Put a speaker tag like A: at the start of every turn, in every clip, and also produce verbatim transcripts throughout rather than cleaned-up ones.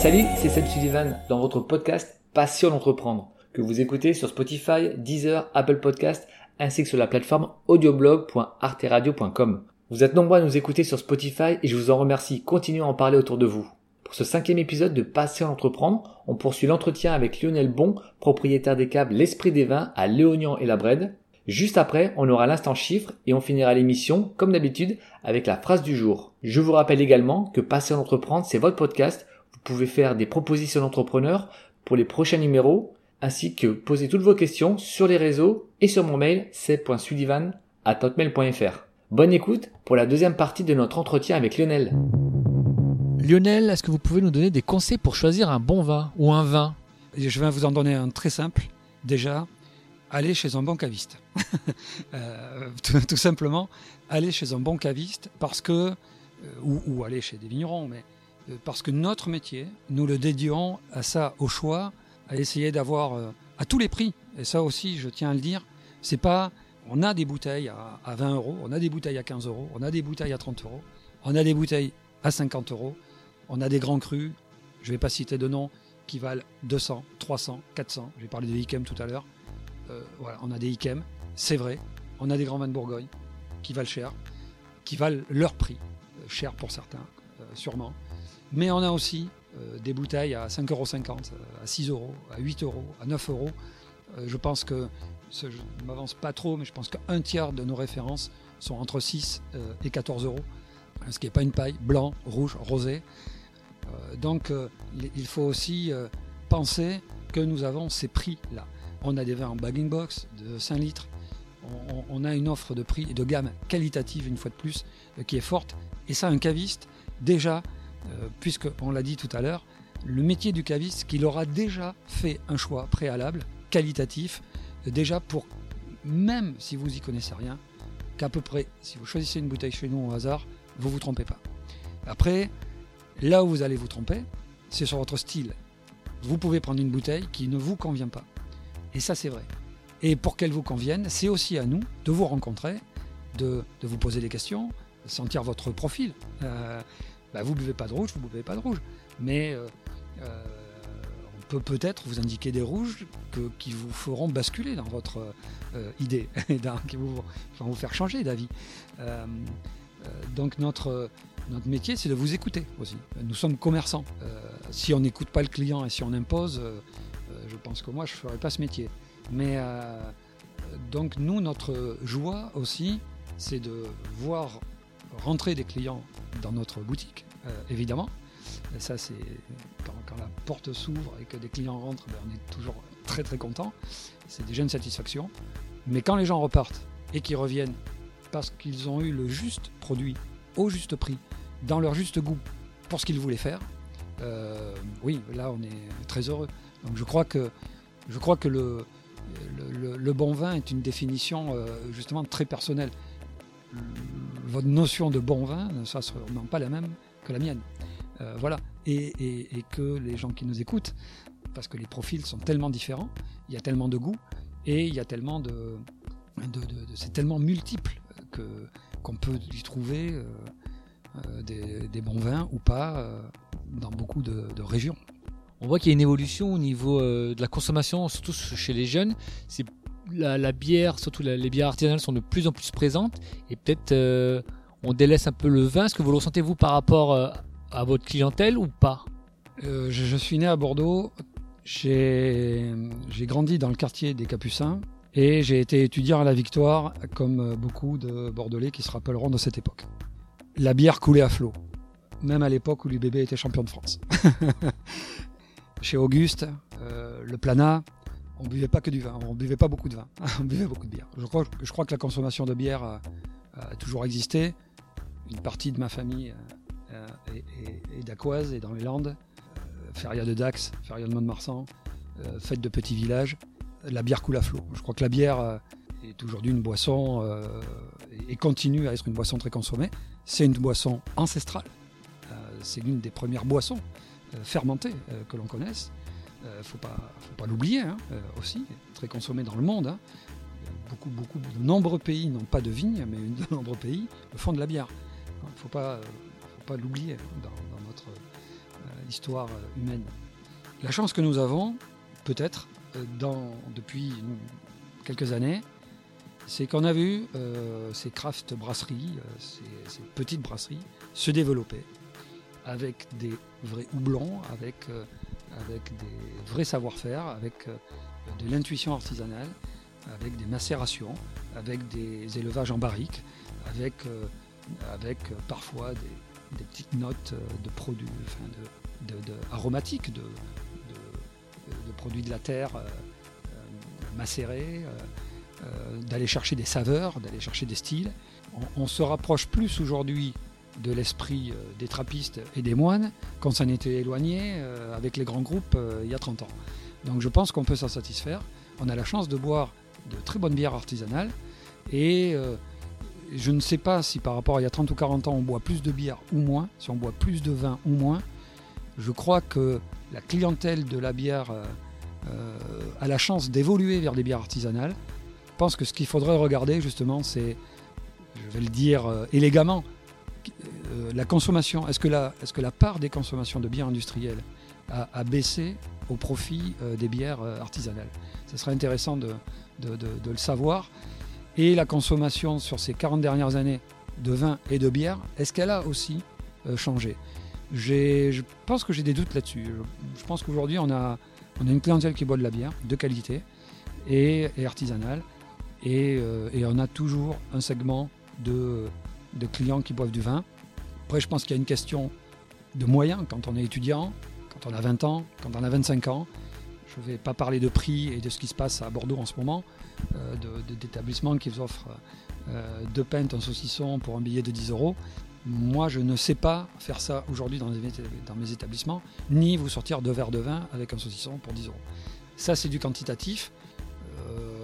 A: Salut, c'est Seb Sullivan dans votre podcast Passion d'entreprendre que vous écoutez sur Spotify, Deezer, Apple Podcast ainsi que sur la plateforme audioblog point arte radio point com. Vous êtes nombreux à nous écouter sur Spotify et je vous en remercie. Continuez à en parler autour de vous. Pour ce cinquième épisode de Passion d'entreprendre, on poursuit l'entretien avec Lionel Bon, propriétaire des caves L'Esprit des Vins à Léognan et la Brède. Juste après, on aura l'instant chiffre et on finira l'émission, comme d'habitude, avec la phrase du jour. Je vous rappelle également que Passion d'entreprendre, c'est votre podcast. Vous pouvez faire des propositions d'entrepreneurs pour les prochains numéros, ainsi que poser toutes vos questions sur les réseaux et sur mon mail seb point sullivan arobase hotmail point fr. Bonne écoute pour la deuxième partie de notre entretien avec Lionel. Lionel, est-ce que vous pouvez nous donner des conseils pour choisir un bon vin ou un vin ?
B: Je vais vous en donner un très simple. Déjà, allez chez un bon caviste. euh, tout, tout simplement, allez chez un bon caviste parce que, euh, ou, ou aller chez des vignerons, mais euh, parce que notre métier, nous le dédions à ça, au choix, à essayer d'avoir euh, à tous les prix. Et ça aussi, je tiens à le dire, c'est pas, on a des bouteilles à, à vingt euros, on a des bouteilles à quinze euros, on a des bouteilles à trente euros, on a des bouteilles à cinquante euros, on a des grands crus, je ne vais pas citer de noms, qui valent deux cents, trois cents, quatre cents. J'ai parlé de Yquem tout à l'heure. Euh, voilà, on a des Yquem, c'est vrai. On a des grands vins de Bourgogne qui valent cher, qui valent leur prix, euh, cher pour certains, euh, sûrement. Mais on a aussi euh, des bouteilles à cinq euros cinquante, à six euros, à huit euros, à neuf euros. Euh, je pense que, ce, je ne m'avance pas trop, mais je pense qu'un tiers de nos références sont entre six euh, et quatorze euros. Ce qui n'est pas une paille, blanc, rouge, rosé. Euh, donc euh, il faut aussi euh, penser que nous avons ces prix-là. On a des vins en bagging box de cinq litres. On, on a une offre de prix et de gamme qualitative, une fois de plus, euh, qui est forte. Et ça, un caviste, déjà, euh, puisqu'on l'a dit tout à l'heure, le métier du caviste, qu'il aura déjà fait un choix préalable, qualitatif, euh, déjà pour, même si vous n'y connaissez rien, qu'à peu près, si vous choisissez une bouteille chez nous au hasard, vous ne vous trompez pas. Après, là où vous allez vous tromper, c'est sur votre style. Vous pouvez prendre une bouteille qui ne vous convient pas. Et ça, c'est vrai. Et pour qu'elle vous convienne, c'est aussi à nous de vous rencontrer, de, de vous poser des questions, de sentir votre profil. Euh, bah, vous ne buvez pas de rouge, vous ne buvez pas de rouge. Mais euh, euh, on peut peut-être vous indiquer des rouges que, qui vous feront basculer dans votre euh, idée, dans, qui vous, vont vous faire changer d'avis. Euh, euh, donc notre... Notre métier, c'est de vous écouter aussi. Nous sommes commerçants. Euh, si on n'écoute pas le client et si on impose, euh, euh, je pense que moi, je ne ferais pas ce métier. Mais euh, donc, nous, notre joie aussi, c'est de voir rentrer des clients dans notre boutique, euh, évidemment. Et ça, c'est quand, quand la porte s'ouvre et que des clients rentrent, ben, on est toujours très, très content. C'est déjà une satisfaction. Mais quand les gens repartent et qu'ils reviennent parce qu'ils ont eu le juste produit, au juste prix, dans leur juste goût, pour ce qu'ils voulaient faire, euh, oui, là on est très heureux. Donc je crois que, je crois que le, le, le, le bon vin est une définition euh, justement très personnelle. Votre notion de bon vin, ça ne sera pas la même que la mienne. Euh, voilà. Et, et, et que les gens qui nous écoutent, parce que les profils sont tellement différents, il y a tellement de goûts, et il y a tellement de, de, de, de c'est tellement multiple que qu'on peut y trouver euh, euh, des, des bons vins ou pas euh, dans beaucoup de, de régions.
A: On voit qu'il y a une évolution au niveau euh, de la consommation, surtout chez les jeunes. C'est la, la bière, surtout la, les bières artisanales sont de plus en plus présentes et peut-être euh, on délaisse un peu le vin. Est-ce que vous le ressentez vous par rapport euh, à votre clientèle ou pas ?
B: euh, je, je suis né à Bordeaux, j'ai, j'ai grandi dans le quartier des Capucins. Et j'ai été étudiant à la Victoire, comme beaucoup de Bordelais qui se rappelleront de cette époque. La bière coulait à flot, même à l'époque où l'U B B était champion de France. Chez Auguste, euh, le Planat, on ne buvait pas que du vin, on ne buvait pas beaucoup de vin, on buvait beaucoup de bière. Je crois, je crois que la consommation de bière a, a toujours existé. Une partie de ma famille euh, est, est, est d'Aquoise et dans les Landes. Euh, Feria de Dax, Feria de Mont-de-Marsan, euh, fête de petits villages. La bière coule à flot. Je crois que la bière est aujourd'hui une boisson euh, et continue à être une boisson très consommée. C'est une boisson ancestrale. Euh, c'est l'une des premières boissons euh, fermentées euh, que l'on connaisse. Il euh, ne faut pas, faut pas l'oublier hein, euh, aussi, très consommée dans le monde. Hein. Beaucoup, beaucoup, de nombreux pays n'ont pas de vignes, mais de nombreux pays font de la bière. Il ne faut pas, faut pas l'oublier dans, dans notre l'histoire humaine. La chance que nous avons, peut-être, dans, depuis quelques années, c'est qu'on a vu euh, ces craft brasseries, euh, ces, ces petites brasseries, se développer avec des vrais houblons, avec, euh, avec des vrais savoir-faire, avec euh, de l'intuition artisanale, avec des macérations, avec des élevages en barrique, avec, euh, avec euh, parfois des, des petites notes de produits, enfin de, de, de, aromatiques, de, de, de produits de la terre euh, euh, macérés, euh, euh, d'aller chercher des saveurs, d'aller chercher des styles. On, on se rapproche plus aujourd'hui de l'esprit euh, des trappistes et des moines qu'on s'en était éloigné euh, avec les grands groupes euh, il y a trente ans. Donc je pense qu'on peut s'en satisfaire. On a la chance de boire de très bonnes bières artisanales et euh, je ne sais pas si par rapport à il y a trente ou quarante ans on boit plus de bière ou moins, si on boit plus de vin ou moins. Je crois que la clientèle de la bière euh, euh, a la chance d'évoluer vers des bières artisanales. Je pense que ce qu'il faudrait regarder justement, c'est, je vais le dire euh, élégamment, euh, la consommation. Est-ce que la, est-ce que la part des consommations de bières industrielles a, a baissé au profit euh, des bières euh, artisanales? Ce serait intéressant de, de, de, de le savoir. Et la consommation sur ces quarante dernières années de vin et de bière, est-ce qu'elle a aussi euh, changé? J'ai, je pense que j'ai des doutes là-dessus. Je, je pense qu'aujourd'hui, on a, on a une clientèle qui boit de la bière de qualité et, et artisanale. Et, euh, et on a toujours un segment de, de clients qui boivent du vin. Après, je pense qu'il y a une question de moyens quand on est étudiant, quand on a vingt ans, quand on a vingt-cinq ans. Je ne vais pas parler de prix et de ce qui se passe à Bordeaux en ce moment, euh, de, de, d'établissements qui vous offrent euh, deux pintes, un saucisson pour un billet de dix euros. Moi, je ne sais pas faire ça aujourd'hui dans, dans mes établissements, ni vous sortir deux verres de vin avec un saucisson pour dix euros. Ça, c'est du quantitatif. Euh,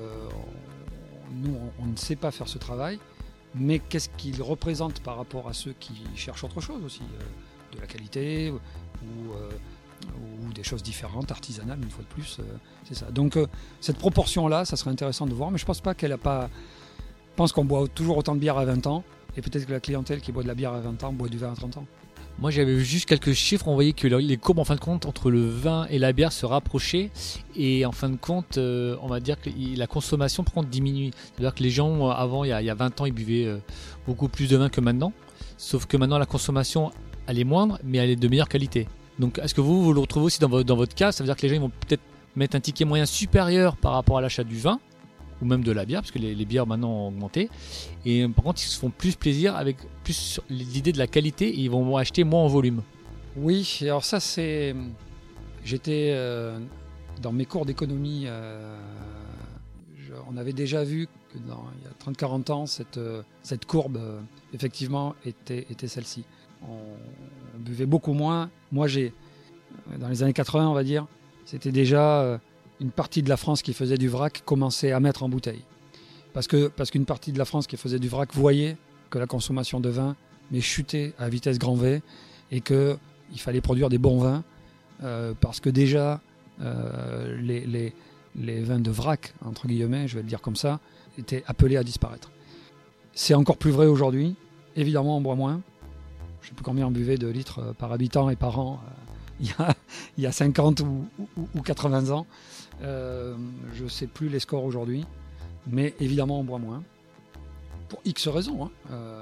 B: Nous, on, on ne sait pas faire ce travail, mais qu'est-ce qu'il représente par rapport à ceux qui cherchent autre chose aussi, euh, de la qualité ou, euh, ou des choses différentes, artisanales, une fois de plus, euh, c'est ça. Donc euh, cette proportion-là, ça serait intéressant de voir, mais je pense pas qu'elle a pas. Je pense qu'on boit toujours autant de bière à vingt ans, et peut-être que la clientèle qui boit de la bière à vingt ans boit du vin à trente ans.
A: Moi, j'avais vu juste quelques chiffres. On voyait que les courbes, en fin de compte, entre le vin et la bière se rapprochaient. Et en fin de compte, euh, on va dire que la consommation, par contre, diminue. C'est-à-dire que les gens, avant, il y a, il y a vingt ans, ils buvaient euh, beaucoup plus de vin que maintenant. Sauf que maintenant, la consommation, elle est moindre, mais elle est de meilleure qualité. Donc, est-ce que vous, vous le retrouvez aussi dans votre, dans votre cas? Ça veut dire que les gens ils vont peut-être mettre un ticket moyen supérieur par rapport à l'achat du vin, ou même de la bière, parce que les, les bières maintenant ont augmenté. Et par contre, ils se font plus plaisir avec plus l'idée de la qualité et ils vont acheter moins en volume.
B: Oui, alors ça c'est... J'étais euh, dans mes cours d'économie, euh, je... on avait déjà vu que dans, il y a trente à quarante ans, cette, euh, cette courbe, euh, effectivement, était, était celle-ci. On, on buvait beaucoup moins. Moi, j'ai, dans les années quatre-vingts, on va dire, c'était déjà... Euh, une partie de la France qui faisait du vrac commençait à mettre en bouteille. Parce, que, parce qu'une partie de la France qui faisait du vrac voyait que la consommation de vin mais chutait à vitesse grand V et qu'il fallait produire des bons vins euh, parce que déjà euh, les, les, les vins de vrac, entre guillemets, je vais le dire comme ça, étaient appelés à disparaître. C'est encore plus vrai aujourd'hui. Évidemment, on boit moins. Je ne sais plus combien on buvait de litres par habitant et par an euh, il, y a, il y a cinquante ou, ou, ou quatre-vingts ans. Euh, je ne sais plus les scores aujourd'hui, mais évidemment on boit moins, pour X raisons. Hein. Euh,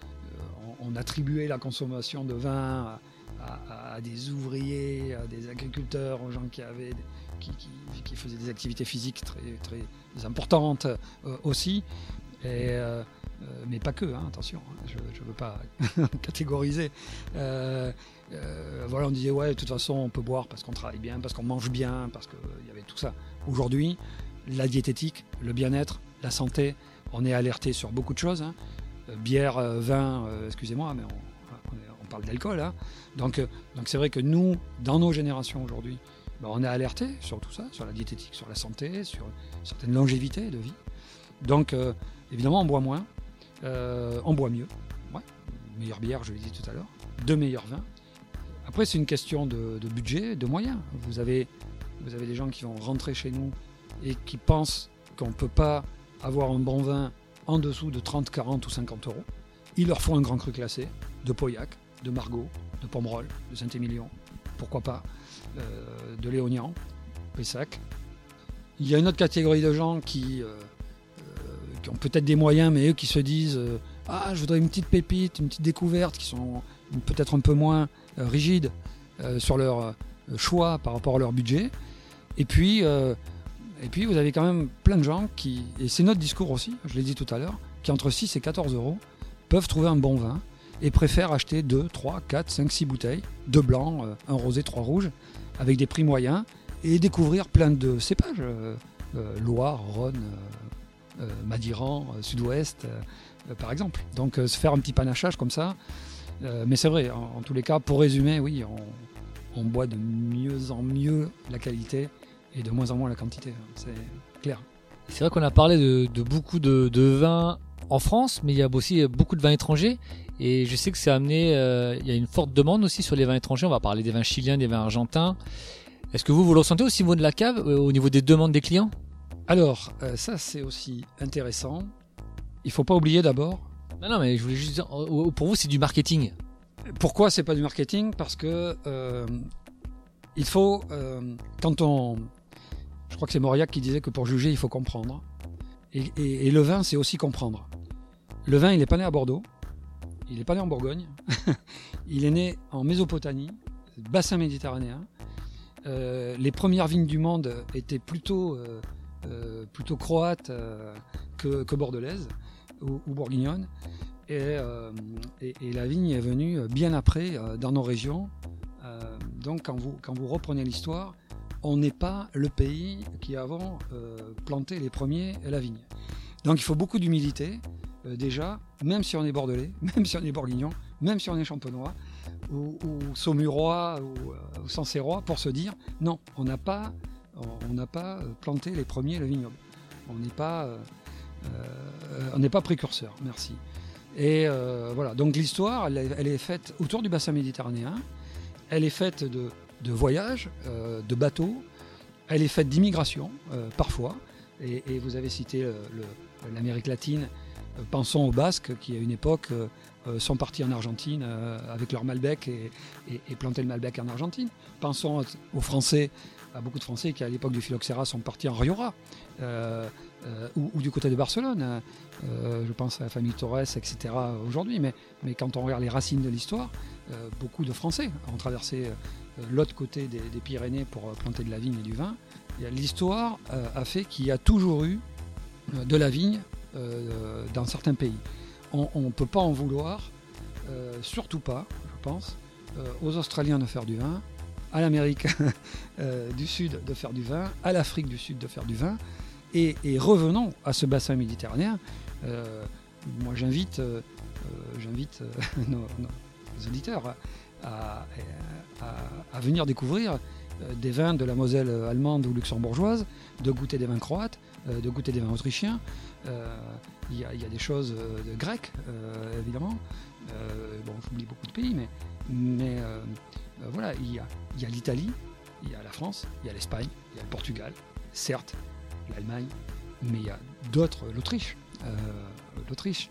B: on, on attribuait la consommation de vin à, à, à des ouvriers, à des agriculteurs, aux gens qui, avaient, qui, qui, qui faisaient des activités physiques très, très importantes euh, aussi, et, euh, mais pas que, hein, attention, hein, je ne veux pas catégoriser. Euh, Euh, voilà, on disait ouais, de toute façon on peut boire parce qu'on travaille bien, parce qu'on mange bien, parce qu'il y avait tout ça. Aujourd'hui, la diététique, le bien-être, la santé, on est alerté sur beaucoup de choses. Hein. Euh, bière, euh, vin, euh, excusez-moi, mais on, on, est, on parle d'alcool. Hein. Donc, euh, donc c'est vrai que nous, dans nos générations aujourd'hui, ben, on est alerté sur tout ça, sur la diététique, sur la santé, sur une certaine longévité de vie. Donc euh, évidemment, on boit moins, euh, on boit mieux. Ouais, meilleure bière, je l'ai dit tout à l'heure, de meilleurs vins. Après, c'est une question de, de budget, de moyens. Vous avez, vous avez des gens qui vont rentrer chez nous et qui pensent qu'on ne peut pas avoir un bon vin en dessous de trente, quarante ou cinquante euros. Ils leur font un grand cru classé de Pauillac, de Margaux, de Pomerol, de Saint-Émilion. pourquoi pas, euh, de Léognan, Pessac. Il y a une autre catégorie de gens qui, euh, euh, qui ont peut-être des moyens, mais eux qui se disent euh, « Ah, je voudrais une petite pépite, une petite découverte », qui sont peut-être un peu moins euh, rigides euh, sur leur euh, choix par rapport à leur budget. Et puis, euh, et puis, vous avez quand même plein de gens qui, et c'est notre discours aussi, je l'ai dit tout à l'heure, qui entre six et quatorze euros peuvent trouver un bon vin et préfèrent acheter deux, trois, quatre, cinq, six bouteilles, deux blancs, euh, un rosé, trois rouges, avec des prix moyens, et découvrir plein de cépages, euh, euh, Loire, Rhône, euh, euh, Madiran, euh, Sud-Ouest, euh, euh, par exemple. Donc euh, se faire un petit panachage comme ça. Euh, mais c'est vrai, en, en tous les cas, pour résumer, oui, on, on boit de mieux en mieux la qualité et de moins en moins la quantité, c'est clair.
A: C'est vrai qu'on a parlé de, de beaucoup de, de vins en France, mais il y a aussi beaucoup de vins étrangers. Et je sais que c'est amené, euh, il y a une forte demande aussi sur les vins étrangers. On va parler des vins chiliens, des vins argentins. Est-ce que vous, vous le ressentez aussi au niveau de la cave, au niveau des demandes des clients ?
B: Alors, euh, ça c'est aussi intéressant. Il ne faut pas oublier d'abord.
A: Non, non, mais je voulais juste dire, pour vous, c'est du marketing.
B: Pourquoi c'est pas du marketing ? Parce que euh, il faut, euh, quand on... Je crois que c'est Mauriac qui disait que pour juger, il faut comprendre. Et, et, et le vin, c'est aussi comprendre. Le vin, il n'est pas né à Bordeaux. Il n'est pas né en Bourgogne. Il est né en Mésopotamie, bassin méditerranéen. Euh, les premières vignes du monde étaient plutôt, euh, euh, plutôt croates euh, que, que bordelaises ou, ou bourguignonnes. Et, euh, et, et la vigne est venue bien après euh, dans nos régions. Euh, donc quand vous, quand vous reprenez l'histoire, on n'est pas le pays qui avons euh, planté les premiers la vigne. Donc il faut beaucoup d'humilité euh, déjà, même si on est bordelais, même si on est bourguignon, même si on est champenois, ou, ou saumurois, ou, euh, ou sancerrois, pour se dire non, on n'a pas, on n'a pas planté les premiers le vignoble. On n'est pas, euh, euh, on n'est pas précurseur. Merci. Et euh, voilà. Donc l'histoire, elle, elle est faite autour du bassin méditerranéen. Elle est faite de, de voyages, euh, de bateaux. Elle est faite d'immigration euh, parfois. Et, et vous avez cité le, le, l'Amérique latine. Euh, pensons aux Basques qui, à une époque, euh, sont partis en Argentine euh, avec leur Malbec et, et, et planter le Malbec en Argentine. Pensons aux Français, à beaucoup de Français qui, à l'époque du phylloxéra, sont partis en Rioja euh, euh, ou, ou du côté de Barcelone. Euh, je pense à la famille Torres, et cetera aujourd'hui. Mais, mais quand on regarde les racines de l'histoire, euh, beaucoup de Français ont traversé euh, l'autre côté des, des Pyrénées pour planter de la vigne et du vin. Et l'histoire euh, a fait qu'il y a toujours eu euh, de la vigne euh, dans certains pays. On ne peut pas en vouloir, euh, surtout pas, je pense, euh, aux Australiens de faire du vin, à l'Amérique euh, du Sud de faire du vin, à l'Afrique du Sud de faire du vin. Et, et revenons à ce bassin méditerranéen. Euh, moi, j'invite, euh, j'invite euh, nos, nos auditeurs à, à, à venir découvrir euh, des vins de la Moselle allemande ou luxembourgeoise, de goûter des vins croates, euh, de goûter des vins autrichiens. Euh, Il y, a, il y a des choses euh, de grecques, euh, évidemment. Euh, bon, j'oublie beaucoup de pays, mais, mais euh, euh, voilà, il y, a, il y a l'Italie, il y a la France, il y a l'Espagne, il y a le Portugal, certes, l'Allemagne, mais il y a d'autres, l'Autriche, euh, l'Autriche.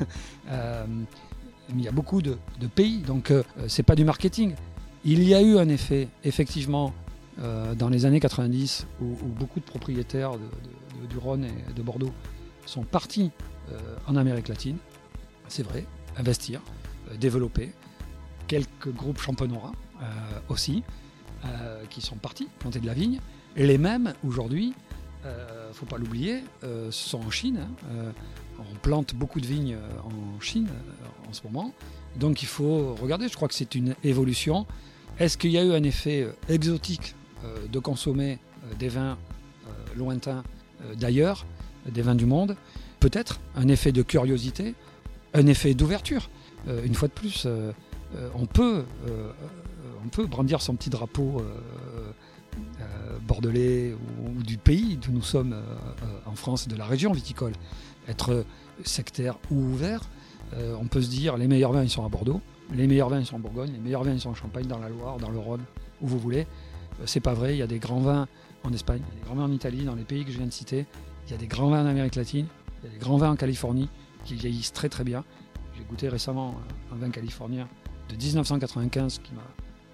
B: euh, mais il y a beaucoup de, de pays, donc euh, c'est pas du marketing. Il y a eu un effet, effectivement, euh, dans les années quatre-vingt-dix, où, où beaucoup de propriétaires de, de, de, du Rhône et de Bordeaux sont partis euh, en Amérique latine, c'est vrai, investir, euh, développer, quelques groupes champenois euh, aussi, euh, qui sont partis planter de la vigne, et les mêmes aujourd'hui, il euh, ne faut pas l'oublier, euh, sont en Chine, hein, euh, on plante beaucoup de vignes en Chine euh, en ce moment, donc il faut regarder, je crois que c'est une évolution. Est-ce qu'il y a eu un effet euh, exotique euh, de consommer euh, des vins euh, lointains euh, d'ailleurs, des vins du monde, peut-être un effet de curiosité, un effet d'ouverture. Euh, une fois de plus, euh, euh, on, peut, euh, on peut brandir son petit drapeau euh, euh, bordelais ou, ou du pays d'où nous sommes euh, en France, de la région viticole. Être sectaire ou ouvert, euh, on peut se dire les meilleurs vins ils sont à Bordeaux, les meilleurs vins ils sont en Bourgogne, les meilleurs vins ils sont en Champagne, dans la Loire, dans le Rhône, où vous voulez. Euh, c'est pas vrai, il y a des grands vins en Espagne, il y a des grands vins en Italie, dans les pays que je viens de citer. Il y a des grands vins en Amérique latine, il y a des grands vins en Californie qui vieillissent très très bien. J'ai goûté récemment un vin californien de dix-neuf cent quatre-vingt-quinze qui m'a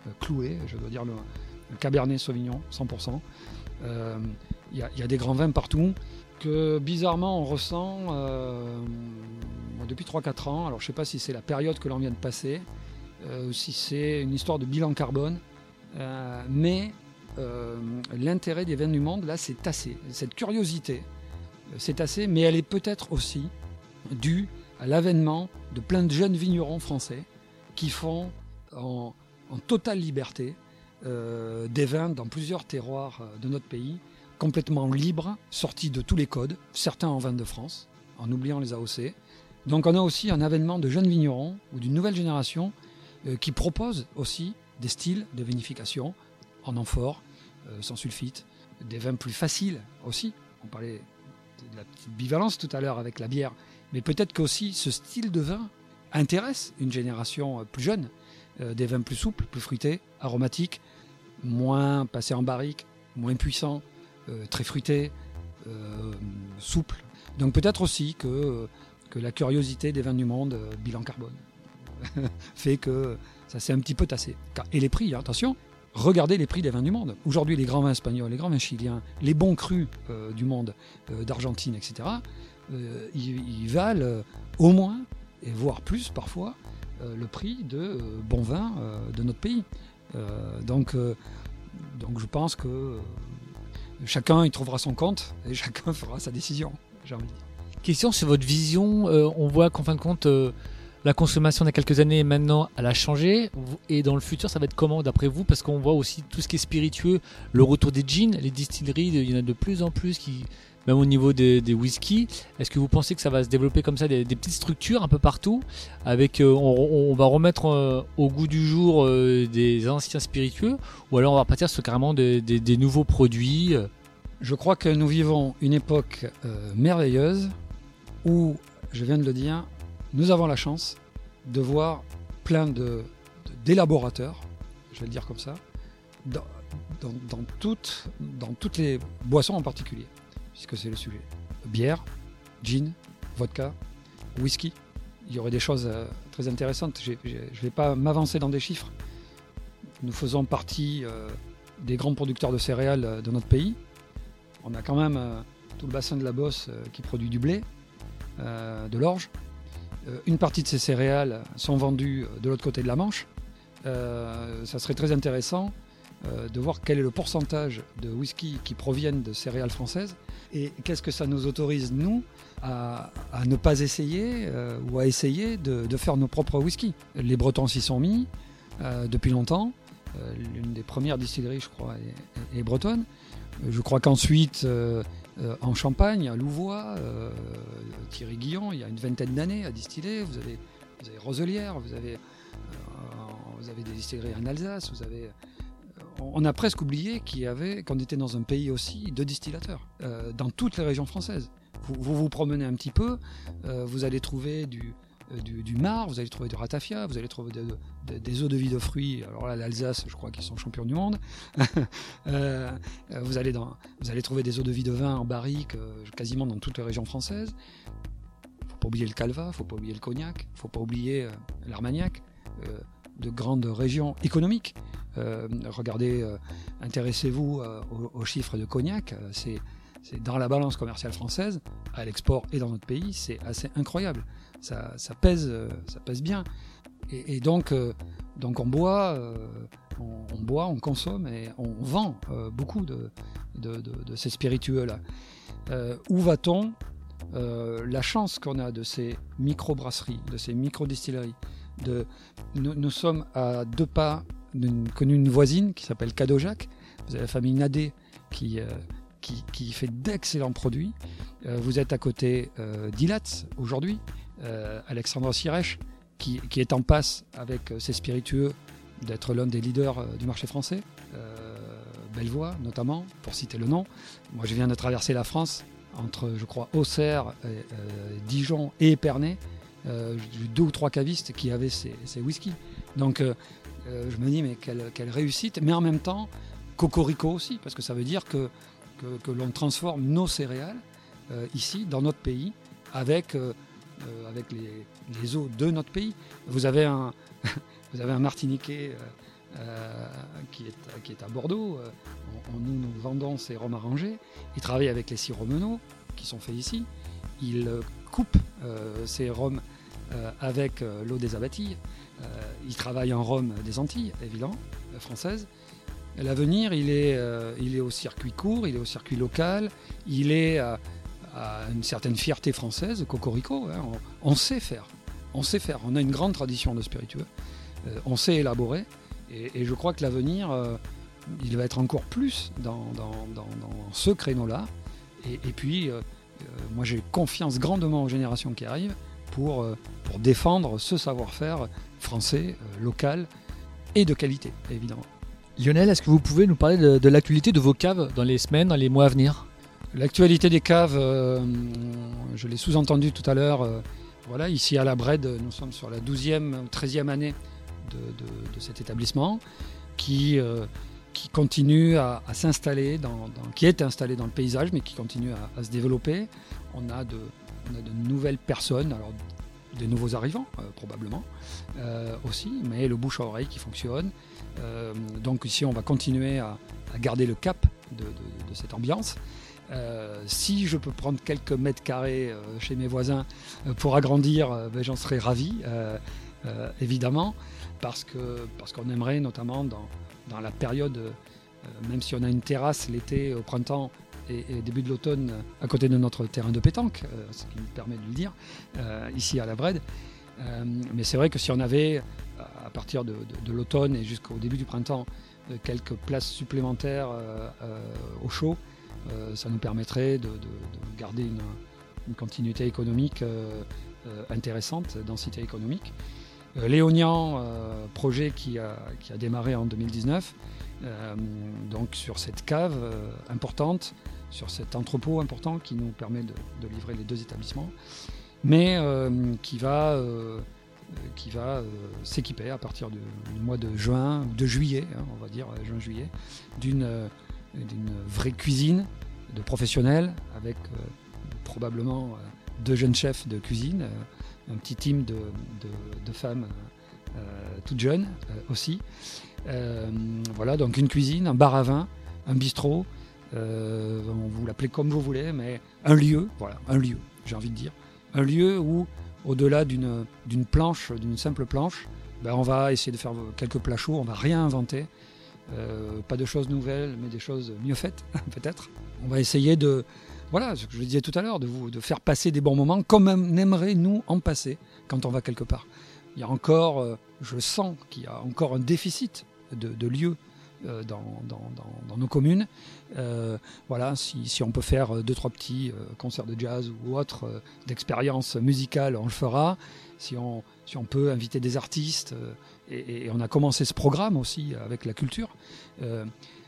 B: euh, cloué, je dois dire le, le Cabernet Sauvignon, cent pour cent. Il euh, y, y a des grands vins partout que bizarrement on ressent euh, depuis trois à quatre ans. Alors je ne sais pas si c'est la période que l'on vient de passer, euh, ou si c'est une histoire de bilan carbone, euh, mais euh, l'intérêt des vins du monde, là, c'est tassé. Cette curiosité, c'est tassé, mais elle est peut-être aussi due à l'avènement de plein de jeunes vignerons français qui font en, en totale liberté euh, des vins dans plusieurs terroirs de notre pays, complètement libres, sortis de tous les codes, certains en vin de France, en oubliant les A O C. Donc on a aussi un avènement de jeunes vignerons ou d'une nouvelle génération euh, qui propose aussi des styles de vinification en amphore, euh, sans sulfite, des vins plus faciles aussi. On parlait de la petite bivalence tout à l'heure avec la bière, mais peut-être qu'aussi ce style de vin intéresse une génération plus jeune, euh, des vins plus souples, plus fruités, aromatiques, moins passés en barrique, moins puissants, euh, très fruités, euh, souples. Donc peut-être aussi que, euh, que la curiosité des vins du monde, euh, bilan carbone, fait que ça s'est un petit peu tassé. Et les prix, attention, regardez les prix des vins du monde. Aujourd'hui, les grands vins espagnols, les grands vins chiliens, les bons crus euh, du monde, euh, d'Argentine, et cetera, euh, ils, ils valent euh, au moins, et voire plus parfois, euh, le prix de euh, bons vins euh, de notre pays. Euh, donc, euh, donc je pense que euh, chacun y trouvera son compte et chacun fera sa décision, j'ai envie de dire.
A: Question sur votre vision. Euh, on voit qu'en fin de compte, euh, la consommation d'il y a quelques années, maintenant, elle a changé. Et dans le futur, ça va être comment d'après vous? Parce qu'on voit aussi tout ce qui est spiritueux, le retour des gins, les distilleries, il y en a de plus en plus, qui, même au niveau des, des whisky. Est-ce que vous pensez que ça va se développer comme ça, des, des petites structures un peu partout avec, euh, on, on va remettre euh, au goût du jour euh, des anciens spiritueux, ou alors on va partir sur carrément des, des, des nouveaux produits?
B: Je crois que nous vivons une époque euh, merveilleuse où, je viens de le dire, nous avons la chance de voir plein de, de, d'élaborateurs, je vais le dire comme ça, dans, dans, dans, toutes, dans toutes les boissons en particulier, puisque c'est le sujet. Bière, gin, vodka, whisky. Il y aurait des choses euh, très intéressantes. J'ai, j'ai, je ne vais pas m'avancer dans des chiffres. Nous faisons partie euh, des grands producteurs de céréales euh, de notre pays. On a quand même euh, tout le bassin de la Beauce euh, qui produit du blé, euh, de l'orge. Euh, une partie de ces céréales sont vendues de l'autre côté de la Manche. Euh, ça serait très intéressant euh, de voir quel est le pourcentage de whisky qui proviennent de céréales françaises et qu'est-ce que ça nous autorise, nous, à, à ne pas essayer euh, ou à essayer de, de faire nos propres whisky. Les Bretons s'y sont mis euh, depuis longtemps. Euh, l'une des premières distilleries, je crois, est, est, est bretonne. Je crois qu'ensuite, euh, euh, en Champagne, à Louvois, euh, Thierry Guillon, il y a une vingtaine d'années à distiller. Vous avez, vous avez Roselière, vous avez, euh, vous avez des distilleries en Alsace. Vous avez, euh, on a presque oublié qu'il y avait, qu'on était dans un pays aussi de distillateurs, euh, dans toutes les régions françaises. Vous vous, vous promenez un petit peu, euh, vous allez trouver du... Du, du mar, vous allez trouver du ratafia, vous allez trouver de, de, des eaux de vie de fruits. Alors là, l'Alsace, je crois qu'ils sont champions du monde. euh, vous, allez dans, vous allez trouver des eaux de vie de vin en barrique, euh, quasiment dans toutes les régions françaises. Il ne faut pas oublier le calva, il ne faut pas oublier le cognac, il ne faut pas oublier euh, l'armagnac, euh, de grandes régions économiques. Euh, regardez, euh, intéressez-vous euh, aux, aux chiffres de cognac. Euh, c'est, c'est dans la balance commerciale française, à l'export et dans notre pays, c'est assez incroyable. Ça, ça, pèse, ça pèse bien. Et, et donc, euh, donc on boit, euh, on, on boit, on consomme et on vend euh, beaucoup de, de, de, de ces spiritueux-là. Euh, où va-t-on? euh, La chance qu'on a de ces micro-brasseries, de ces micro-distilleries, de, nous, nous sommes à deux pas d'une commune voisine qui s'appelle Cadojac. Vous avez la famille Nadet qui... Euh, Qui, qui fait d'excellents produits. Euh, vous êtes à côté euh, d'Ilatz aujourd'hui, euh, Alexandre Sirech, qui, qui est en passe avec ses spiritueux d'être l'un des leaders euh, du marché français, euh, Bellevoie notamment, pour citer le nom. Moi je viens de traverser la France, entre je crois Auxerre, euh, Dijon et Épernay. Euh, j'ai eu deux ou trois cavistes qui avaient ces, ces whiskies. Donc euh, euh, je me dis mais quelle, quelle réussite, mais en même temps cocorico aussi, parce que ça veut dire que Que, que l'on transforme nos céréales euh, ici, dans notre pays, avec, euh, euh, avec les, les eaux de notre pays. Vous avez un, vous avez un Martiniquais, euh, euh, qui, est, qui est à Bordeaux. On, on, nous, nous vendons ces rhums arrangés. Il travaille avec les sirops Menot, qui sont faits ici. Il coupe euh, ces rhums euh, avec euh, l'eau des abatilles. Euh, il travaille en rhum des Antilles, évidemment, euh, françaises. L'avenir, il est, euh, il est au circuit court, il est au circuit local, il est à, à une certaine fierté française, cocorico. Hein, on, on sait faire, on sait faire. On a une grande tradition de spiritueux, euh, on sait élaborer, et, et je crois que l'avenir, euh, il va être encore plus dans, dans, dans, dans ce créneau-là. Et, et puis, euh, euh, moi, j'ai confiance grandement aux générations qui arrivent pour, euh, pour défendre ce savoir-faire français, euh, local et de qualité, évidemment.
A: Lionel, est-ce que vous pouvez nous parler de, de l'actualité de vos caves dans les semaines, dans les mois à venir ?
B: L'actualité des caves, euh, je l'ai sous-entendu tout à l'heure. Euh, voilà, ici à la Brède, nous sommes sur la douzième ou treizième année de, de, de cet établissement qui, euh, qui continue à, à s'installer, dans, dans, qui est installé dans le paysage, mais qui continue à, à se développer. On a de, on a de nouvelles personnes, alors des nouveaux arrivants euh, probablement euh, aussi, mais le bouche à oreille qui fonctionne. Euh, donc ici on va continuer à, à garder le cap de, de, de cette ambiance. Euh, si je peux prendre quelques mètres carrés euh, chez mes voisins euh, pour agrandir, euh, ben, j'en serais ravi, euh, euh, évidemment, parce, que, parce qu'on aimerait notamment dans, dans la période, euh, même si on a une terrasse l'été, au printemps et, et début de l'automne, à côté de notre terrain de pétanque, euh, ce qui me permet de le dire, euh, ici à la Brède. Euh, mais c'est vrai que si on avait, à partir de, de, de l'automne et jusqu'au début du printemps, euh, quelques places supplémentaires euh, euh, au chaud, euh, ça nous permettrait de, de, de garder une, une continuité économique euh, euh, intéressante, densité économique. Euh, Léognan, euh, projet qui a, qui a démarré en deux mille dix-neuf, euh, donc sur cette cave euh, importante, sur cet entrepôt important qui nous permet de, de livrer les deux établissements, mais euh, qui va, euh, qui va euh, s'équiper à partir du, du mois de juin, ou de juillet, hein, on va dire juin-juillet, d'une, euh, d'une vraie cuisine de professionnels, avec euh, probablement euh, deux jeunes chefs de cuisine, euh, un petit team de, de, de femmes euh, toutes jeunes euh, aussi. Euh, voilà, donc une cuisine, un bar à vin, un bistrot, euh, vous l'appelez comme vous voulez, mais un lieu, voilà, un lieu, j'ai envie de dire. Un lieu où, au-delà d'une, d'une planche, d'une simple planche, ben on va essayer de faire quelques plats chauds, on va rien inventer, euh, pas de choses nouvelles, mais des choses mieux faites, peut-être. On va essayer de, voilà, ce que je disais tout à l'heure, de, vous, de faire passer des bons moments comme on aimerait, nous, en passer quand on va quelque part. Il y a encore, euh, je sens qu'il y a encore un déficit de, de lieux euh, dans, dans, dans, dans nos communes. Euh, voilà, si, si on peut faire deux, trois petits euh, concerts de jazz ou autres euh, d'expérience musicale, on le fera. Si on, si on peut inviter des artistes, euh, et, et on a commencé ce programme aussi avec la culture. Euh,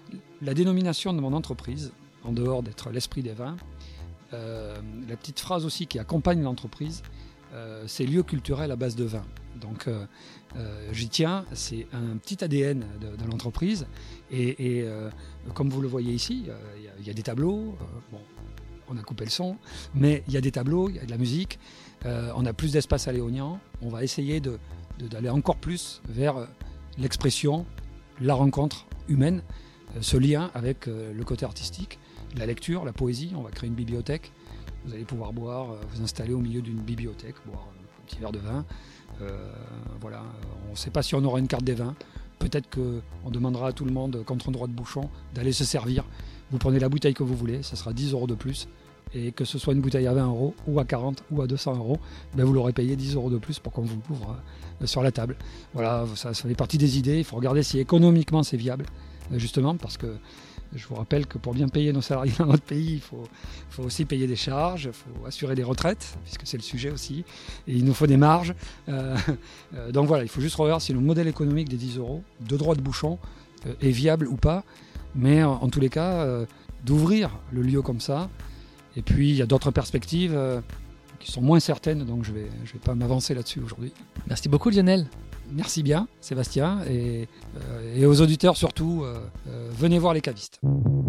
B: la dénomination de mon entreprise, en dehors d'être l'esprit des vins, euh, la petite phrase aussi qui accompagne l'entreprise, euh, c'est lieu culturel à base de vin. Donc euh, euh, j'y tiens, c'est un petit A D N de, de l'entreprise et, et euh, comme vous le voyez ici, il euh, y, y a des tableaux, euh, bon, on a coupé le son, mais il y a des tableaux, il y a de la musique, euh, on a plus d'espace à Léognan, on va essayer de, de, d'aller encore plus vers l'expression, la rencontre humaine, euh, ce lien avec euh, le côté artistique, la lecture, la poésie, on va créer une bibliothèque, vous allez pouvoir boire, euh, vous installer au milieu d'une bibliothèque, boire un petit verre de vin. Euh, voilà, on ne sait pas si on aura une carte des vins. Peut-être qu'on demandera à tout le monde, contre un droit de bouchon, d'aller se servir. Vous prenez la bouteille que vous voulez, ça sera dix euros de plus. Et que ce soit une bouteille à vingt euros, ou à quarante, ou à deux cents euros, ben vous l'aurez payé dix euros de plus pour qu'on vous l'ouvre euh, sur la table. Voilà, ça, ça fait partie des idées. Il faut regarder si économiquement c'est viable, euh, justement, parce que je vous rappelle que pour bien payer nos salariés dans notre pays, il faut, faut aussi payer des charges, il faut assurer des retraites, puisque c'est le sujet aussi, et il nous faut des marges. Euh, euh, donc voilà, il faut juste regarder si le modèle économique des dix euros, de droit de bouchon, euh, est viable ou pas. Mais en, en tous les cas, euh, d'ouvrir le lieu comme ça. Et puis il y a d'autres perspectives euh, qui sont moins certaines, donc je ne vais, je vais pas m'avancer là-dessus aujourd'hui.
A: Merci beaucoup Lionel.
B: Merci bien Sébastien, et, euh, et aux auditeurs surtout, euh, euh, venez voir les cavistes.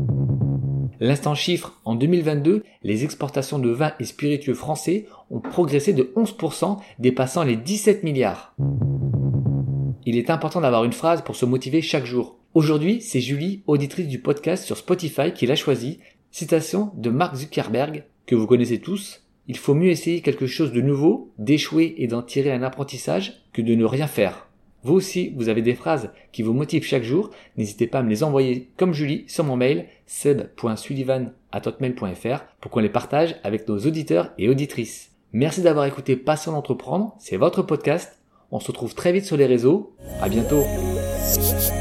A: L'instant chiffre, en deux mille vingt-deux, les exportations de vins et spiritueux français ont progressé de onze pour cent, dépassant les dix-sept milliards. Il est important d'avoir une phrase pour se motiver chaque jour. Aujourd'hui, c'est Julie, auditrice du podcast sur Spotify, qui l'a choisi. Citation de Mark Zuckerberg, que vous connaissez tous. Il faut mieux essayer quelque chose de nouveau, d'échouer et d'en tirer un apprentissage, que de ne rien faire. Vous aussi, vous avez des phrases qui vous motivent chaque jour. N'hésitez pas à me les envoyer comme Julie sur mon mail seb point sullivan arobase hotmail point fr pour qu'on les partage avec nos auditeurs et auditrices. Merci d'avoir écouté Passion d'entreprendre, c'est votre podcast. On se retrouve très vite sur les réseaux. À bientôt.